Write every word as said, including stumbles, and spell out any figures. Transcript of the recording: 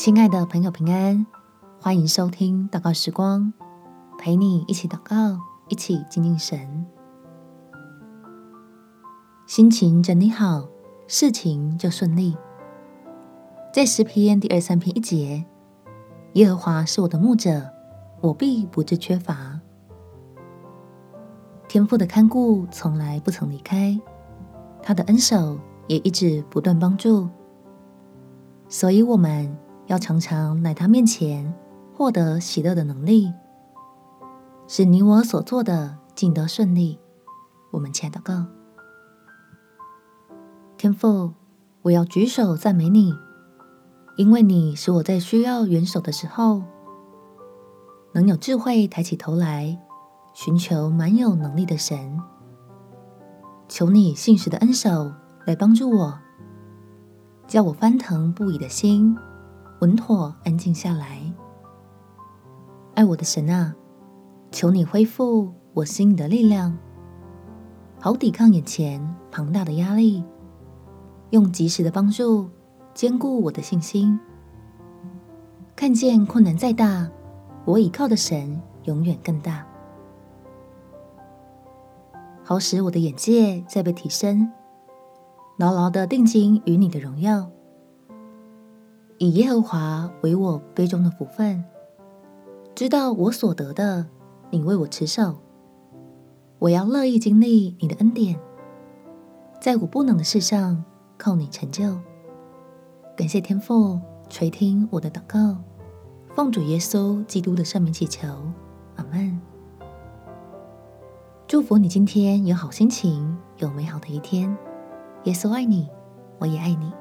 亲爱的朋友平安，欢迎收听祷告时光，陪你一起祷告，一起亲近神。心情整理好，事情就顺利。在诗篇第二十三篇一节，耶和华是我的牧者，我必不致缺乏。天父的看顾从来不曾离开，他的恩手也一直不断帮助，所以我们要常常来他面前获得喜乐的能力，使你我所做的尽得顺利。我们且祷告。天父，我要举手赞美你，因为你使我在需要援手的时候，能有智慧抬起头来寻求满有能力的神。求你信实的恩手来帮助我，叫我翻腾不已的心稳妥安静下来。爱我的神啊，求你恢复我心里的力量，好抵抗眼前庞大的压力，用及时的帮助坚固我的信心。看见困难再大，我倚靠的神永远更大。好使我的眼界再被提升，牢牢地定睛于你的荣耀，以耶和华为我杯中的福分，知道我所得的你为我持守。我要乐意经历你的恩典，在我不能的事上靠你成就。感谢天父垂听我的祷告，奉主耶稣基督的圣名祈求，阿们。祝福你今天有好心情，有美好的一天。耶稣爱你，我也爱你。